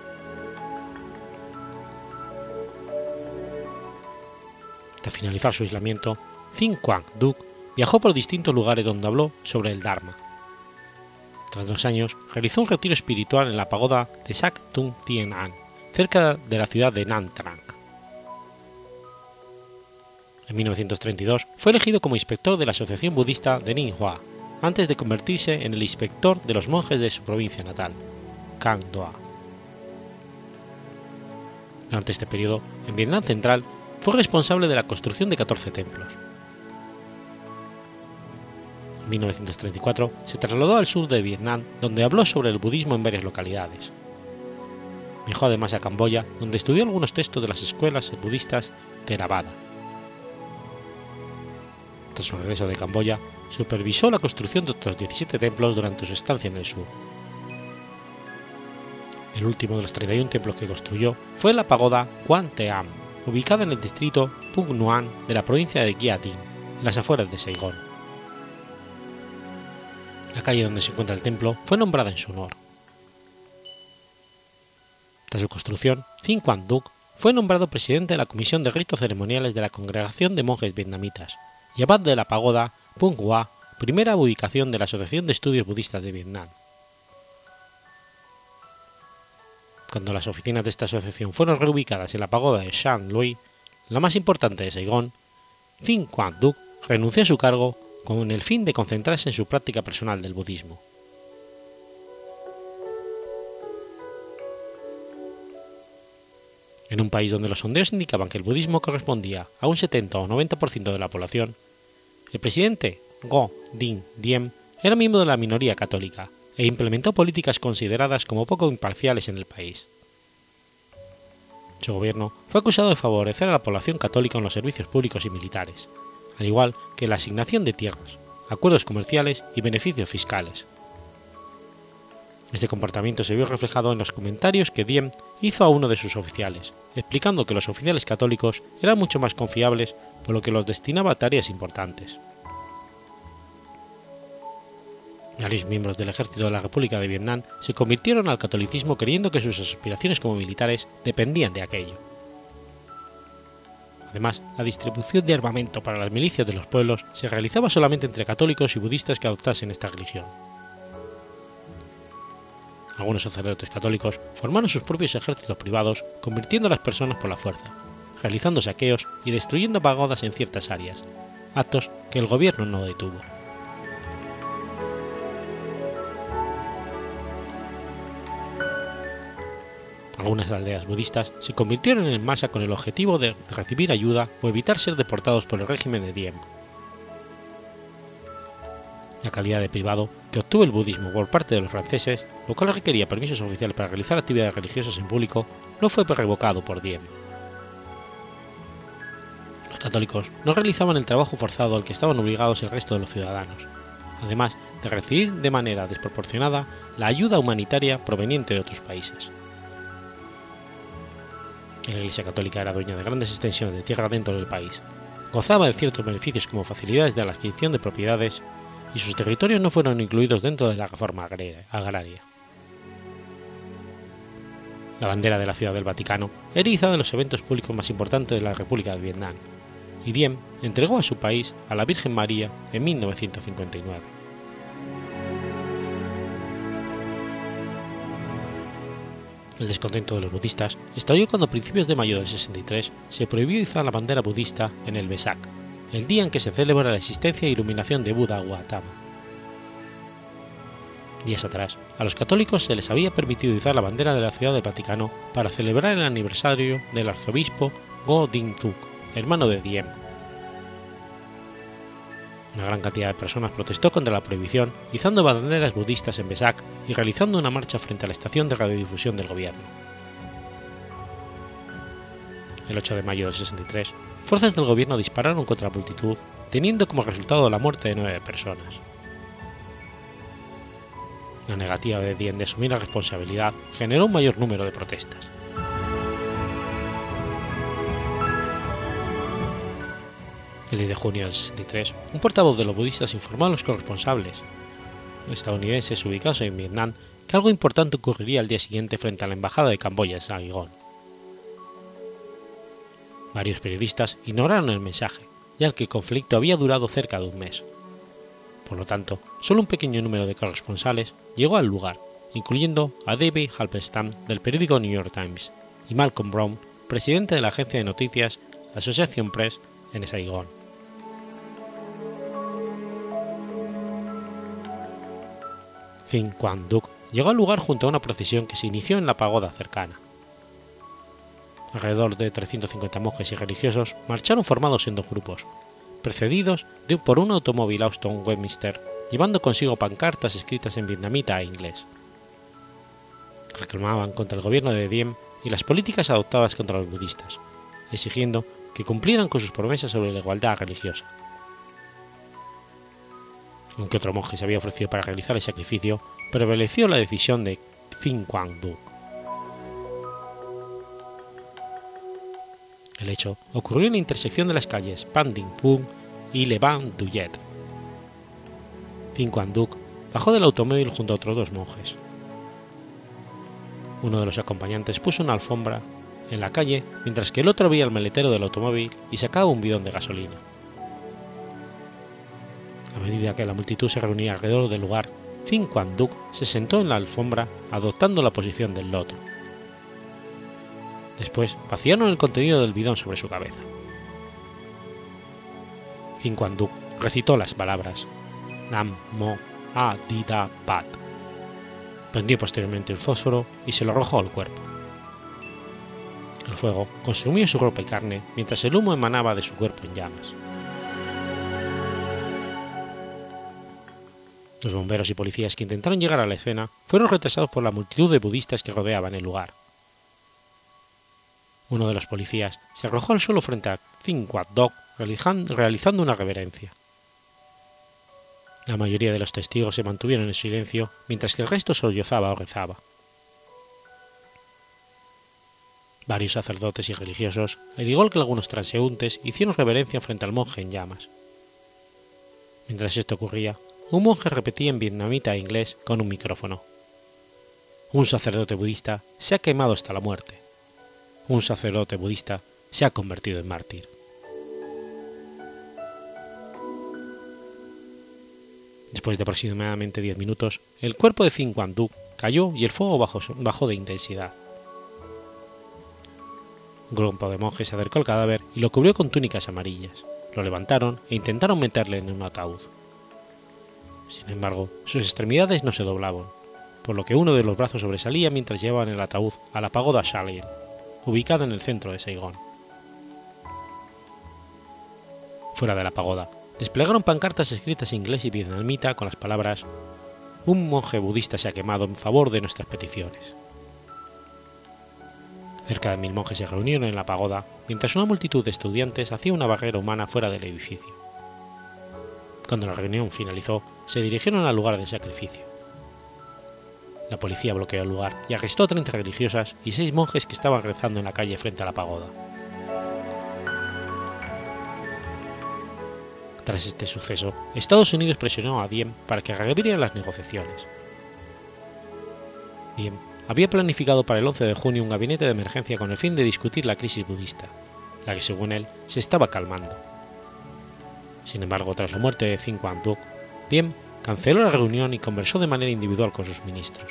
Speaker 1: Hasta finalizar su aislamiento, Thinh Quang Duc viajó por distintos lugares donde habló sobre el Dharma. Tras dos años, realizó un retiro espiritual en la pagoda de Sac Tung Tien An, cerca de la ciudad de Nam Trang. En mil novecientos treinta y dos fue elegido como inspector de la Asociación Budista de Ningxia, antes de convertirse en el inspector de los monjes de su provincia natal, Cang Doa. Durante este periodo, en Vietnam Central, fue responsable de la construcción de catorce templos. En mil novecientos treinta y cuatro se trasladó al sur de Vietnam, donde habló sobre el budismo en varias localidades. Viajó además a Camboya, donde estudió algunos textos de las escuelas budistas Theravada. Tras su regreso de Camboya, supervisó la construcción de otros diecisiete templos durante su estancia en el sur. El último de los treinta y uno templos que construyó fue la pagoda Quan Te Am, ubicada en el distrito Phuc Nguyen de la provincia de Gia Tinh, en las afueras de Saigón. La calle donde se encuentra el templo fue nombrada en su honor. Tras su construcción, Thinh Quang Duc fue nombrado presidente de la Comisión de Ritos Ceremoniales de la Congregación de Monjes Vietnamitas y abad de la pagoda Phuong Hoa, primera ubicación de la Asociación de Estudios Budistas de Vietnam. Cuando las oficinas de esta asociación fueron reubicadas en la pagoda de Shan Lui, la más importante de Saigón, Thinh Quang Duc renunció a su cargo con el fin de concentrarse en su práctica personal del budismo. En un país donde los sondeos indicaban que el budismo correspondía a un setenta o noventa por ciento de la población, el presidente Ngo Dinh Diem era miembro de la minoría católica e implementó políticas consideradas como poco imparciales en el país. Su gobierno fue acusado de favorecer a la población católica en los servicios públicos y militares, al igual que la asignación de tierras, acuerdos comerciales y beneficios fiscales. Este comportamiento se vio reflejado en los comentarios que Diem hizo a uno de sus oficiales, explicando que los oficiales católicos eran mucho más confiables, por lo que los destinaba a tareas importantes. Varios miembros del ejército de la República de Vietnam se convirtieron al catolicismo creyendo que sus aspiraciones como militares dependían de aquello. Además, la distribución de armamento para las milicias de los pueblos se realizaba solamente entre católicos y budistas que adoptasen esta religión. Algunos sacerdotes católicos formaron sus propios ejércitos privados, convirtiendo a las personas por la fuerza, realizando saqueos y destruyendo pagodas en ciertas áreas, actos que el gobierno no detuvo. Algunas aldeas budistas se convirtieron en masa con el objetivo de recibir ayuda o evitar ser deportados por el régimen de Diem. La calidad de privado que obtuvo el budismo por parte de los franceses, lo cual requería permisos oficiales para realizar actividades religiosas en público, no fue revocado por Diem. Los católicos no realizaban el trabajo forzado al que estaban obligados el resto de los ciudadanos, además de recibir de manera desproporcionada la ayuda humanitaria proveniente de otros países. La Iglesia Católica era dueña de grandes extensiones de tierra dentro del país, gozaba de ciertos beneficios como facilidades de la adquisición de propiedades, y sus territorios no fueron incluidos dentro de la reforma agraria. La bandera de la Ciudad del Vaticano era izada en los eventos públicos más importantes de la República de Vietnam, y Diem entregó a su país a la Virgen María en mil novecientos cincuenta y nueve. El descontento de los budistas estalló cuando a principios de mayo del sesenta y tres se prohibió izar la bandera budista en el Vesak, el día en que se celebra la existencia e iluminación de Buda Gautama. Días atrás, a los católicos se les había permitido izar la bandera de la Ciudad del Vaticano para celebrar el aniversario del arzobispo Go Dinh Thuc, hermano de Diem. Una gran cantidad de personas protestó contra la prohibición, izando banderas budistas en Vesak y realizando una marcha frente a la estación de radiodifusión del gobierno. El ocho de mayo del sesenta y tres, fuerzas del gobierno dispararon contra la multitud, teniendo como resultado la muerte de nueve personas. La negativa de Diem de asumir la responsabilidad generó un mayor número de protestas. El diez de junio del sesenta y tres, un portavoz de los budistas informó a los corresponsables estadounidenses ubicados en Vietnam que algo importante ocurriría al día siguiente frente a la embajada de Camboya en Saigón. Varios periodistas ignoraron el mensaje, ya que el conflicto había durado cerca de un mes. Por lo tanto, solo un pequeño número de corresponsales llegó al lugar, incluyendo a David Halberstam del periódico New York Times y Malcolm Brown, presidente de la agencia de noticias Association Press en Saigón. Thinh Quang Duc llegó al lugar junto a una procesión que se inició en la pagoda cercana. Alrededor de trescientos cincuenta monjes y religiosos marcharon formados en dos grupos, precedidos de, por un automóvil Austin Westminster, llevando consigo pancartas escritas en vietnamita e inglés. Reclamaban contra el gobierno de Diem y las políticas adoptadas contra los budistas, exigiendo que cumplieran con sus promesas sobre la igualdad religiosa. Aunque otro monje se había ofrecido para realizar el sacrificio, prevaleció la decisión de Thinh Quang Duc. El hecho ocurrió en la intersección de las calles Pan Dinh Pung y Le Ban Du Yet. Thinh Quang Duc bajó del automóvil junto a otros dos monjes. Uno de los acompañantes puso una alfombra en la calle mientras que el otro abría el maletero del automóvil y sacaba un bidón de gasolina. A medida que la multitud se reunía alrededor del lugar, Thinh Quang Duc se sentó en la alfombra adoptando la posición del loto. Después vaciaron el contenido del bidón sobre su cabeza. Thinh Quang Duc recitó las palabras Nam Mo A Di Da Pat. Prendió posteriormente el fósforo y se lo arrojó al cuerpo. El fuego consumió su ropa y carne mientras el humo emanaba de su cuerpo en llamas. Los bomberos y policías que intentaron llegar a la escena fueron retrasados por la multitud de budistas que rodeaban el lugar. Uno de los policías se arrojó al suelo frente a Thinh Quang Duc realizando una reverencia. La mayoría de los testigos se mantuvieron en silencio mientras que el resto sollozaba o rezaba. Varios sacerdotes y religiosos, al igual que algunos transeúntes, hicieron reverencia frente al monje en llamas. Mientras esto ocurría, un monje repetía en vietnamita e inglés con un micrófono: un sacerdote budista se ha quemado hasta la muerte. Un sacerdote budista se ha convertido en mártir. Después de aproximadamente diez minutos, el cuerpo de Thinh Quang Duc cayó y el fuego bajó, bajó de intensidad. Un grupo de monjes se acercó al cadáver y lo cubrió con túnicas amarillas, lo levantaron e intentaron meterle en un ataúd. Sin embargo, sus extremidades no se doblaban, por lo que uno de los brazos sobresalía mientras llevaban el ataúd a la pagoda Shalien, ubicada en el centro de Saigón. Fuera de la pagoda, desplegaron pancartas escritas en inglés y vietnamita con las palabras: un monje budista se ha quemado en favor de nuestras peticiones. Cerca de mil monjes se reunieron en la pagoda, mientras una multitud de estudiantes hacía una barrera humana fuera del edificio. Cuando la reunión finalizó, se dirigieron al lugar del sacrificio. La policía bloqueó el lugar y arrestó a treinta religiosas y seis monjes que estaban rezando en la calle frente a la pagoda. Tras este suceso, Estados Unidos presionó a Diem para que reabriera las negociaciones. Diem había planificado para el once de junio un gabinete de emergencia con el fin de discutir la crisis budista, la que según él se estaba calmando. Sin embargo, tras la muerte de Thich Quang Duc, Diem canceló la reunión y conversó de manera individual con sus ministros.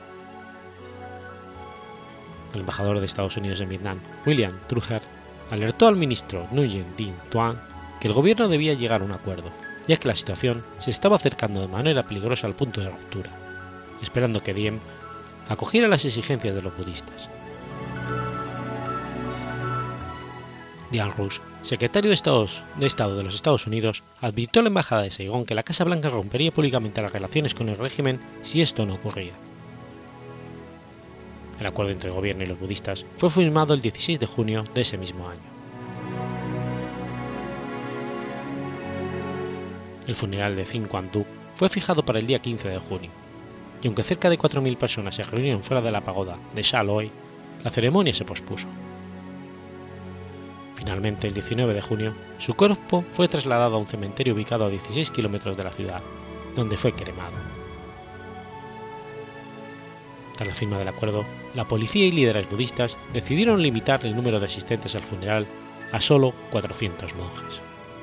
Speaker 1: El embajador de Estados Unidos en Vietnam, William Truher, alertó al ministro Nguyen Dinh Tuan que el gobierno debía llegar a un acuerdo, ya que la situación se estaba acercando de manera peligrosa al punto de ruptura, esperando que Diem acogiera las exigencias de los budistas. Diane Rusk, secretario de, Estados, de Estado de los Estados Unidos, advirtió a la embajada de Saigón que la Casa Blanca rompería públicamente las relaciones con el régimen si esto no ocurría. El acuerdo entre el gobierno y los budistas fue firmado el dieciséis de junio de ese mismo año. El funeral de Thich Quang Duc fue fijado para el día quince de junio, y aunque cerca de cuatro mil personas se reunieron fuera de la pagoda de Sha Loi, la ceremonia se pospuso. Finalmente, el diecinueve de junio, su cuerpo fue trasladado a un cementerio ubicado a dieciséis kilómetros de la ciudad, donde fue cremado. Tras la firma del acuerdo, la policía y líderes budistas decidieron limitar el número de asistentes al funeral a solo cuatrocientos monjes.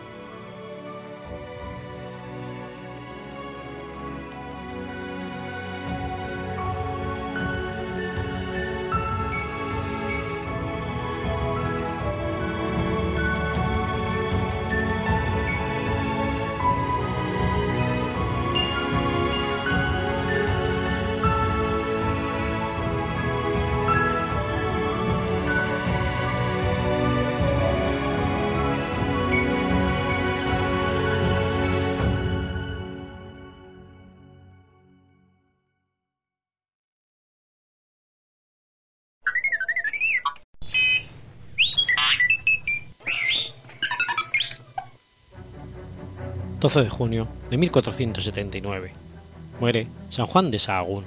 Speaker 1: doce de junio de mil cuatrocientos setenta y nueve. Muere San Juan de Sahagún.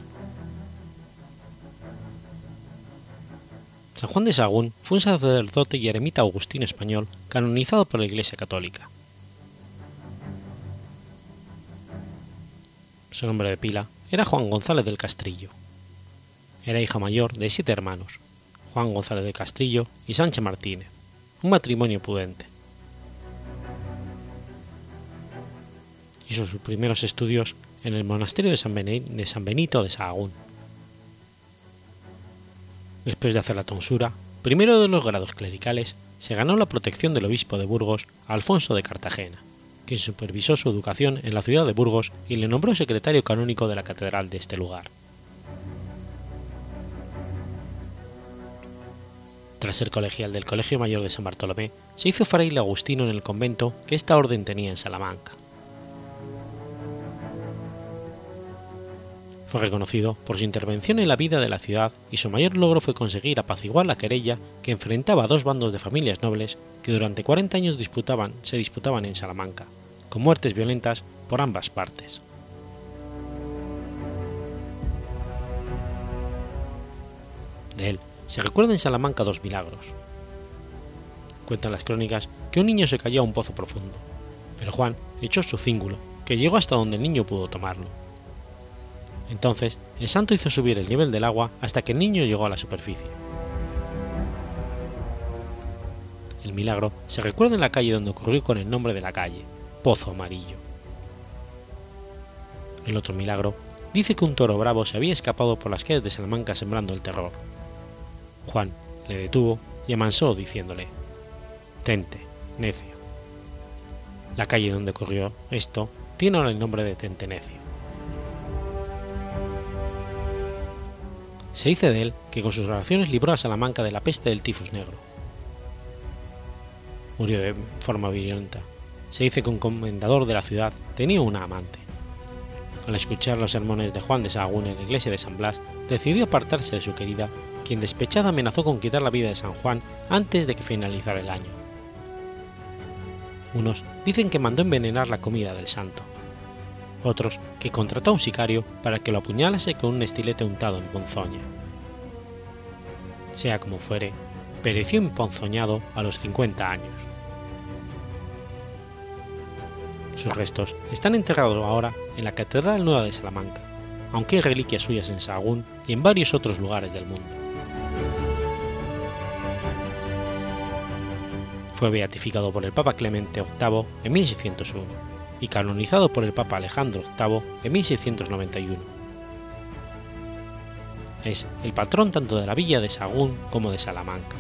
Speaker 1: San Juan de Sahagún fue un sacerdote y eremita agustino español canonizado por la Iglesia Católica. Su nombre de pila era Juan González del Castrillo. Era hija mayor de siete hermanos, Juan González del Castrillo y Sancha Martínez, un matrimonio pudente. Hizo sus primeros estudios en el monasterio de San Benito de Sahagún. Después de hacer la tonsura, primero de los grados clericales, se ganó la protección del obispo de Burgos, Alfonso de Cartagena, quien supervisó su educación en la ciudad de Burgos y le nombró secretario canónico de la catedral de este lugar. Tras ser colegial del Colegio Mayor de San Bartolomé, se hizo fraile agustino en el convento que esta orden tenía en Salamanca. Fue reconocido por su intervención en la vida de la ciudad y su mayor logro fue conseguir apaciguar la querella que enfrentaba a dos bandos de familias nobles que durante cuarenta años disputaban, se disputaban en Salamanca, con muertes violentas por ambas partes. De él se recuerda en Salamanca dos milagros. Cuentan las crónicas que un niño se cayó a un pozo profundo, pero Juan echó su cíngulo, que llegó hasta donde el niño pudo tomarlo. Entonces, el santo hizo subir el nivel del agua hasta que el niño llegó a la superficie. El milagro se recuerda en la calle donde ocurrió con el nombre de la calle, Pozo Amarillo. El otro milagro dice que un toro bravo se había escapado por las calles de Salamanca sembrando el terror. Juan le detuvo y amansó diciéndole: «Tente, necio». La calle donde ocurrió esto tiene ahora el nombre de Tente Necio. Se dice de él que con sus oraciones libró a Salamanca de la peste del tifus negro. Murió de forma violenta. Se dice que un comendador de la ciudad tenía una amante. Al escuchar los sermones de Juan de Sahagún en la iglesia de San Blas, decidió apartarse de su querida, quien despechada amenazó con quitar la vida de San Juan antes de que finalizara el año. Unos dicen que mandó envenenar la comida del santo. otros que contrató a un sicario para que lo apuñalase con un estilete untado en ponzoña. Sea como fuere, pereció emponzoñado a los cincuenta años. Sus restos están enterrados ahora en la Catedral Nueva de Salamanca, aunque hay reliquias suyas en Sahagún y en varios otros lugares del mundo. Fue beatificado por el Papa Clemente octavo en mil seiscientos uno y canonizado por el Papa Alejandro octavo en mil seiscientos noventa y uno. Es el patrón tanto de la villa de Sahagún como de Salamanca.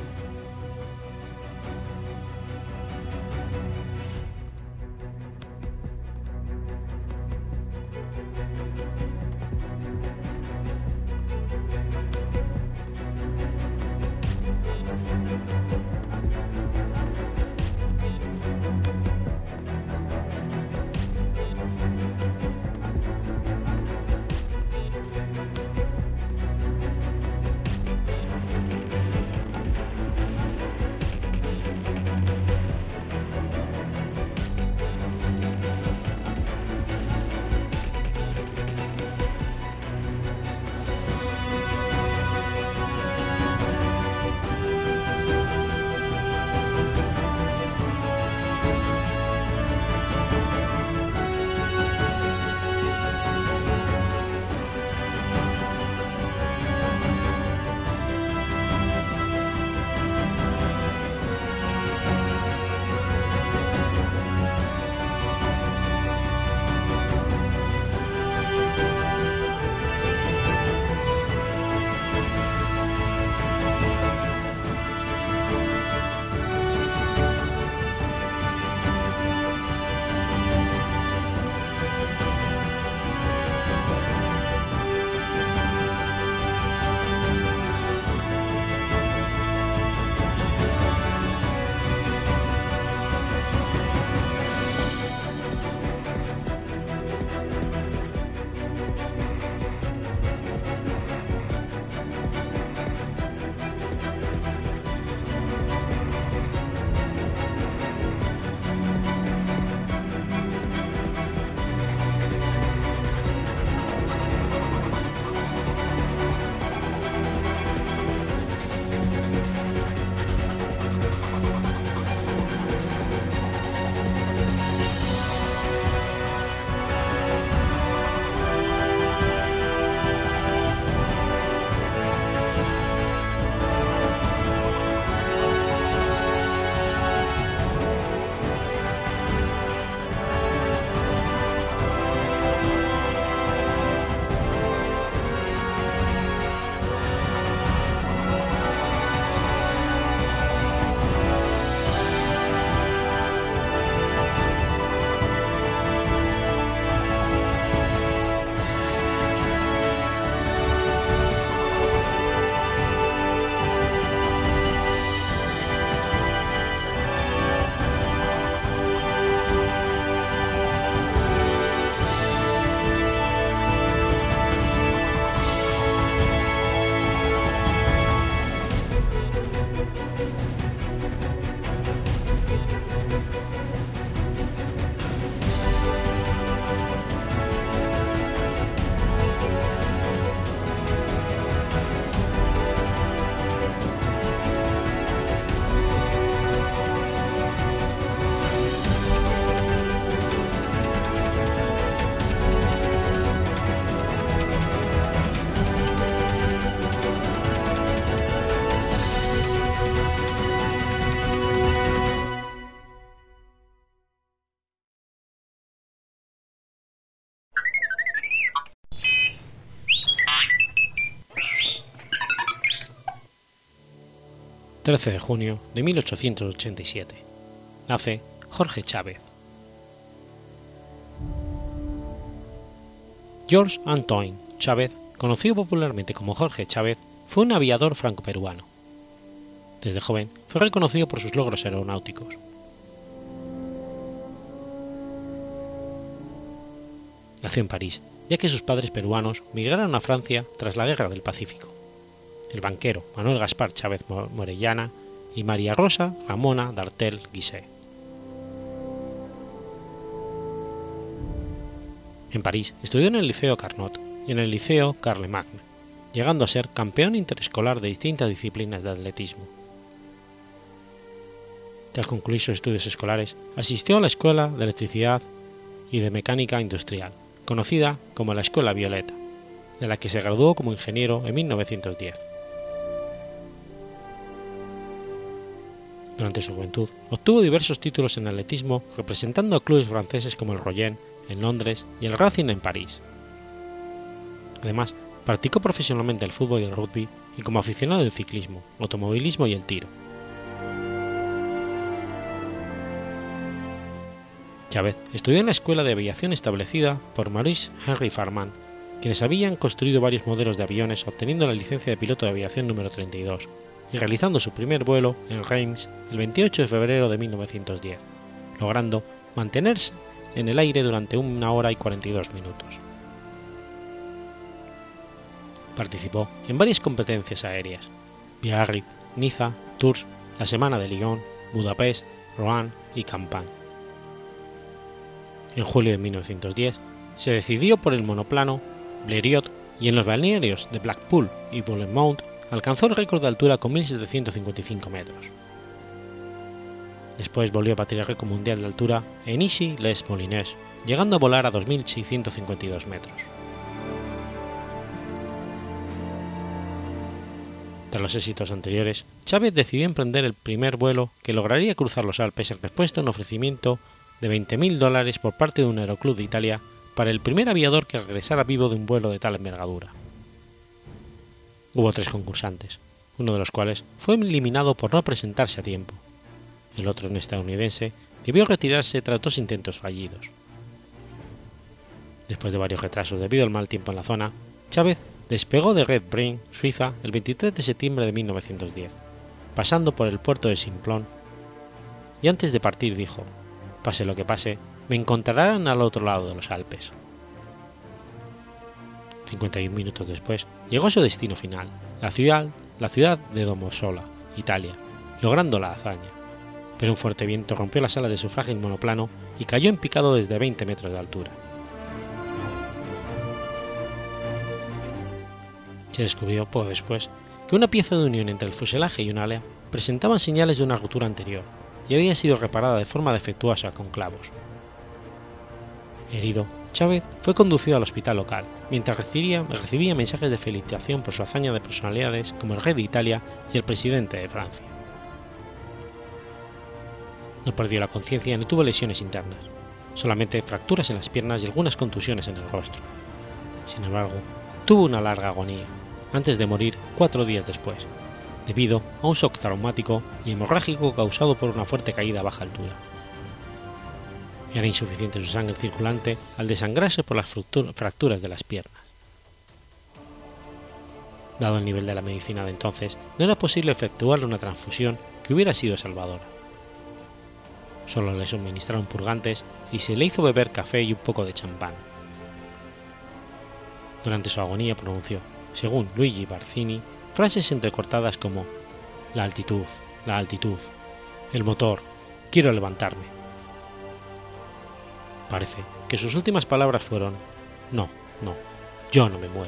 Speaker 1: trece de junio de mil ochocientos ochenta y siete. Nace Jorge Chávez. Georges Antoine Chávez, conocido popularmente como Jorge Chávez, fue un aviador franco-peruano. Desde joven fue reconocido por sus logros aeronáuticos. Nació en París, ya que sus padres peruanos migraron a Francia tras la Guerra del Pacífico. El banquero Manuel Gaspar Chávez Morellana y María Rosa Ramona d'Artel Guisset. En París estudió en el Liceo Carnot y en el Liceo Carlemagne, llegando a ser campeón interescolar de distintas disciplinas de atletismo. Tras concluir sus estudios escolares, asistió a la Escuela de Electricidad y de Mecánica Industrial, conocida como la Escuela Violeta, de la que se graduó como ingeniero en mil novecientos diez. Durante su juventud obtuvo diversos títulos en atletismo representando a clubes franceses como el Royen en Londres y el Racing en París. Además, practicó profesionalmente el fútbol y el rugby y como aficionado del ciclismo, automovilismo y el tiro. Chávez estudió en la Escuela de Aviación establecida por Maurice Henry Farman, quienes habían construido varios modelos de aviones obteniendo la licencia de piloto de aviación número treinta y dos y realizando su primer vuelo en Reims el veintiocho de febrero de mil novecientos diez, logrando mantenerse en el aire durante una hora y cuarenta y dos minutos. Participó en varias competencias aéreas: Biarritz, Niza, Tours, la Semana de Lyon, Budapest, Rouen y Campagne. En julio de mil novecientos diez se decidió por el monoplano Blériot y en los balnearios de Blackpool y Bournemouth alcanzó el récord de altura con mil setecientos cincuenta y cinco metros. Después volvió a batir el récord mundial de altura en Issy-les-Moulineaux, llegando a volar a dos mil seiscientos cincuenta y dos metros. Tras los éxitos anteriores, Chávez decidió emprender el primer vuelo que lograría cruzar los Alpes en respuesta a un ofrecimiento de veinte mil dólares por parte de un aeroclub de Italia para el primer aviador que regresara vivo de un vuelo de tal envergadura. Hubo tres concursantes, uno de los cuales fue eliminado por no presentarse a tiempo. El otro, un estadounidense, debió retirarse tras dos intentos fallidos. Después de varios retrasos debido al mal tiempo en la zona, Chávez despegó de Red Brain, Suiza, el veintitrés de septiembre de mil novecientos diez, pasando por el puerto de Simplon, y antes de partir dijo: «Pase lo que pase, me encontrarán al otro lado de los Alpes». cincuenta y un minutos después llegó a su destino final, la ciudad, la ciudad de Domodossola, Italia, logrando la hazaña, pero un fuerte viento rompió las alas de su frágil monoplano y cayó en picado desde veinte metros de altura. Se descubrió poco después que una pieza de unión entre el fuselaje y un ala presentaban señales de una rotura anterior y había sido reparada de forma defectuosa con clavos. Herido, Chávez fue conducido al hospital local, mientras recibía, recibía mensajes de felicitación por su hazaña de personalidades como el rey de Italia y el presidente de Francia. No perdió la conciencia ni tuvo lesiones internas, solamente fracturas en las piernas y algunas contusiones en el rostro. Sin embargo, tuvo una larga agonía, antes de morir cuatro días después, debido a un shock traumático y hemorrágico causado por una fuerte caída a baja altura. Era insuficiente su sangre circulante al desangrarse por las fracturas de las piernas. Dado el nivel de la medicina de entonces, no era posible efectuarle una transfusión que hubiera sido salvadora. Solo le suministraron purgantes y se le hizo beber café y un poco de champán. Durante su agonía pronunció, según Luigi Barzini, frases entrecortadas como «la altitud, la altitud, el motor, quiero levantarme». Parece que sus últimas palabras fueron «no, no, yo no me muero».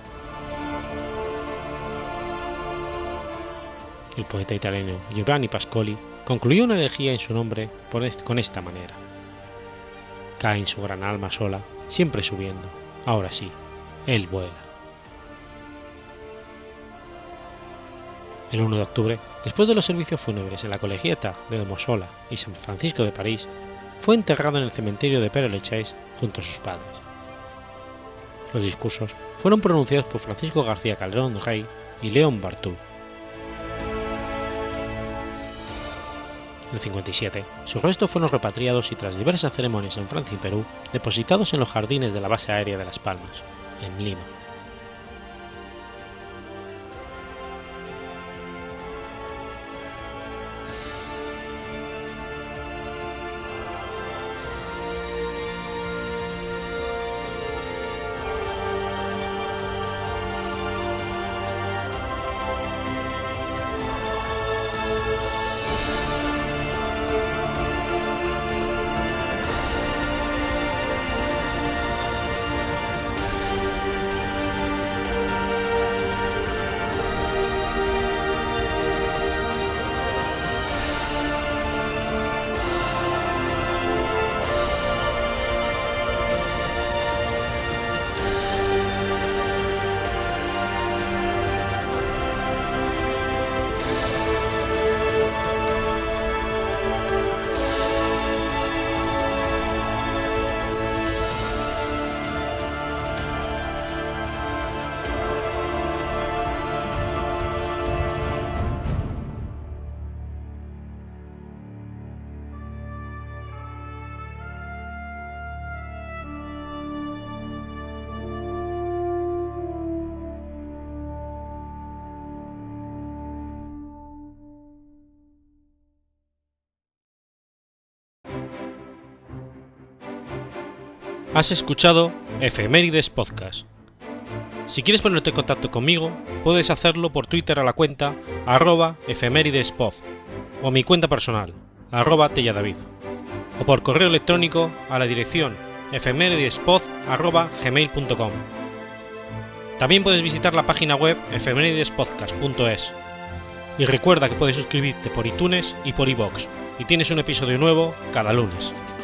Speaker 1: El poeta italiano Giovanni Pascoli concluyó una elegía en su nombre por est- con esta manera: «Cae en su gran alma sola, siempre subiendo, ahora sí, él vuela». El uno de octubre, después de los servicios fúnebres en la Colegiata de Domodossola y San Francisco de París, fue enterrado en el cementerio de Père-Lachaise junto a sus padres. Los discursos fueron pronunciados por Francisco García Calderón Rey y León Bartú. En el cincuenta y siete, sus restos fueron repatriados y tras diversas ceremonias en Francia y Perú, depositados en los jardines de la base aérea de Las Palmas, en Lima. Has escuchado Efemérides Podcast. Si quieres ponerte en contacto conmigo, puedes hacerlo por Twitter a la cuenta arroba efemeridespod o mi cuenta personal, arroba telladavid, o por correo electrónico a la dirección efemeridespod arroba gmail punto com. También puedes visitar la página web efemeridespodcast punto es. Y recuerda que puedes suscribirte por iTunes y por iVoox, y tienes un episodio nuevo cada lunes.